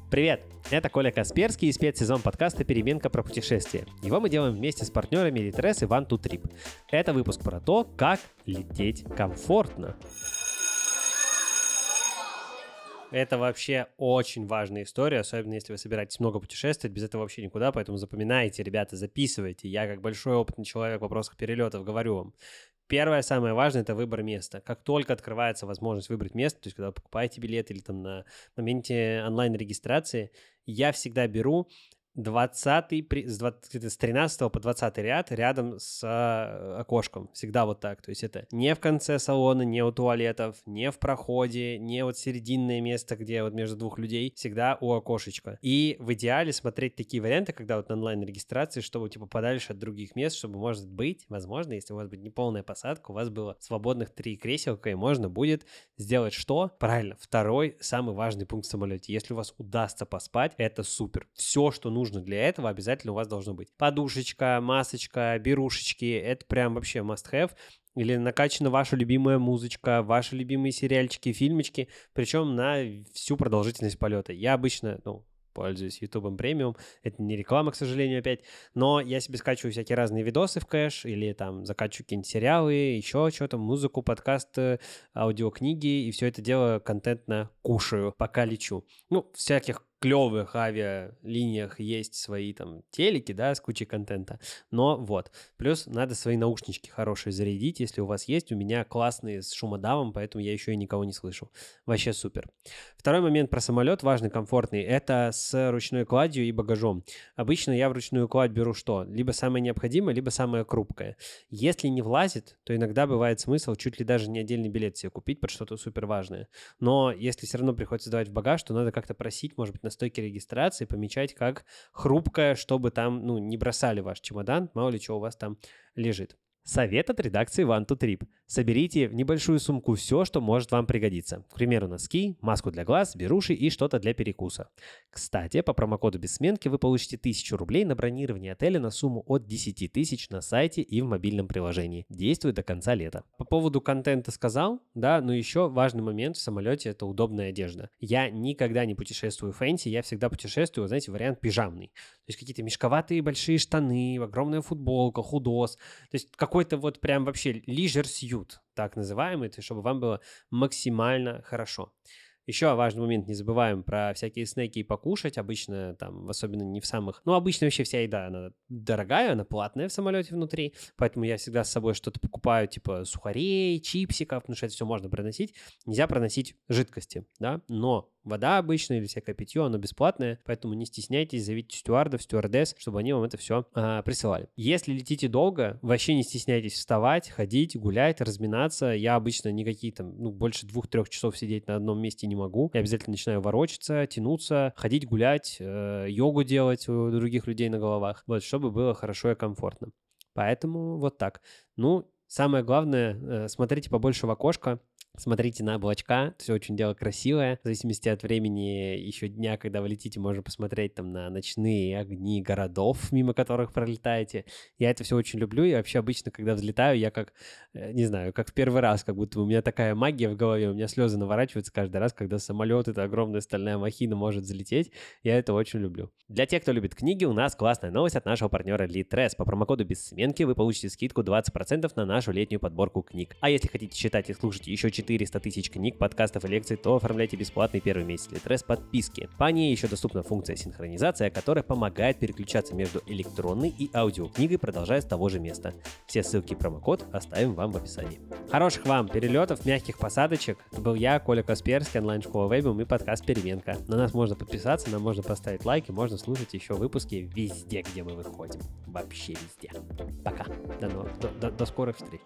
Привет! Это Коля Касперский и спецсезон подкаста «Переменка про путешествия». Его мы делаем вместе с партнерами Litres и One2Trip. Это выпуск про то, как лететь комфортно. Это вообще очень важная история, особенно если вы собираетесь много путешествовать, без этого вообще никуда, поэтому запоминайте, ребята, записывайте. Я, как большой опытный человек в вопросах перелетов, говорю вам. Первое, самое важное, это выбор места. Как только открывается возможность выбрать место, то есть когда вы покупаете билет или там на моменте онлайн-регистрации, я всегда беру 20 с 13 по 20 ряд рядом с окошком. Всегда вот так. То есть это не в конце салона, не у туалетов, не в проходе, не вот серединное место, где вот между двух людей. Всегда у окошечка. И в идеале смотреть такие варианты, когда вот на онлайн-регистрации, чтобы типа подальше от других мест, чтобы, может быть, возможно, если у вас будет неполная посадка, у вас было свободных 3 креселка, и можно будет сделать что? Правильно, второй самый важный пункт в самолете. Если у вас удастся поспать, это супер. Все, что нужно для этого, обязательно у вас должно быть. Подушечка, масочка, берушечки. Это прям вообще must have. Или накачана ваша любимая музычка, ваши любимые сериальчики, фильмички. Причем на всю продолжительность полета. Я обычно, пользуюсь YouTube премиум. Это не реклама, к сожалению, опять. Но я себе скачиваю всякие разные видосы в кэш или там закачиваю какие-нибудь сериалы, еще что-то, музыку, подкасты, аудиокниги. И все это дело контентно кушаю, пока лечу. Всяких клевых авиалиниях есть свои там телеки, да, с кучей контента, но вот. Плюс надо свои наушнички хорошие зарядить, если у вас есть. У меня классные с шумодавом, поэтому я еще и никого не слышу. Вообще супер. Второй момент про самолет, важный, комфортный, это с ручной кладью и багажом. Обычно я в ручную кладь беру что? Либо самое необходимое, либо самое хрупкое. Если не влазит, то иногда бывает смысл чуть ли даже не отдельный билет себе купить под что-то супер важное. Но если все равно приходится давать в багаж, то надо как-то просить, может быть, на стойке регистрации помечать как хрупкое, чтобы там, не бросали ваш чемодан, мало ли что у вас там лежит. Совет от редакции One2Trip. Соберите в небольшую сумку все, что может вам пригодиться. К примеру, носки, маску для глаз, беруши и что-то для перекуса. Кстати, по промокоду Бессменки вы получите 1000 рублей на бронирование отеля на сумму от 10 тысяч на сайте и в мобильном приложении. Действует до конца лета. По поводу контента сказал, да, но еще важный момент в самолете – это удобная одежда. Я никогда не путешествую фэнси, я всегда путешествую, знаете, вариант пижамный. То есть какие-то мешковатые большие штаны, огромная футболка, худос. То есть какой-то вот прям вообще leisure suit, так называемый, чтобы вам было максимально хорошо. Еще важный момент, не забываем про всякие снеки и покушать. Обычно там, особенно не в самых... обычно вообще вся еда, она дорогая, она платная в самолете внутри. Поэтому я всегда с собой что-то покупаю, типа сухарей, чипсиков, потому что это все можно проносить. Нельзя проносить жидкости, да, но вода обычная или всякое питье, оно бесплатное, поэтому не стесняйтесь, зовите стюардов, стюардесс, чтобы они вам это все присылали. Если летите долго, вообще не стесняйтесь вставать, ходить, гулять, разминаться. Я обычно никакие там, больше 2-3 часов сидеть на одном месте не могу. Я обязательно начинаю ворочаться, тянуться, ходить, гулять, йогу делать у других людей на головах, вот, чтобы было хорошо и комфортно. Поэтому вот так. Самое главное, смотрите побольше в окошко, смотрите на облачка, все очень дело красивое. В зависимости от времени еще дня, когда вы летите, можно посмотреть там на ночные огни городов, мимо которых пролетаете. Я это все очень люблю, и вообще обычно, когда взлетаю, я как, не знаю, как в первый раз, как будто у меня такая магия в голове, у меня слезы наворачиваются каждый раз, когда самолет, эта огромная стальная махина может взлететь. Я это очень люблю. Для тех, кто любит книги, у нас классная новость от нашего партнера Litres. По промокоду Бессменки вы получите скидку 20% на нашу летнюю подборку книг. А если хотите читать и слушать еще 400 тысяч книг, подкастов и лекций, то оформляйте бесплатный первый месяц Litres подписки. По ней еще доступна функция синхронизация, которая помогает переключаться между электронной и аудиокнигой, продолжая с того же места. Все ссылки и промокод оставим вам в описании. Хороших вам перелетов, мягких посадочек. Это был я, Коля Касперский, онлайн-школа Webium и подкаст «Переменка». На нас можно подписаться, нам можно поставить лайк и можно слушать еще выпуски везде, где мы выходим. Вообще везде. Пока. До скорых встреч.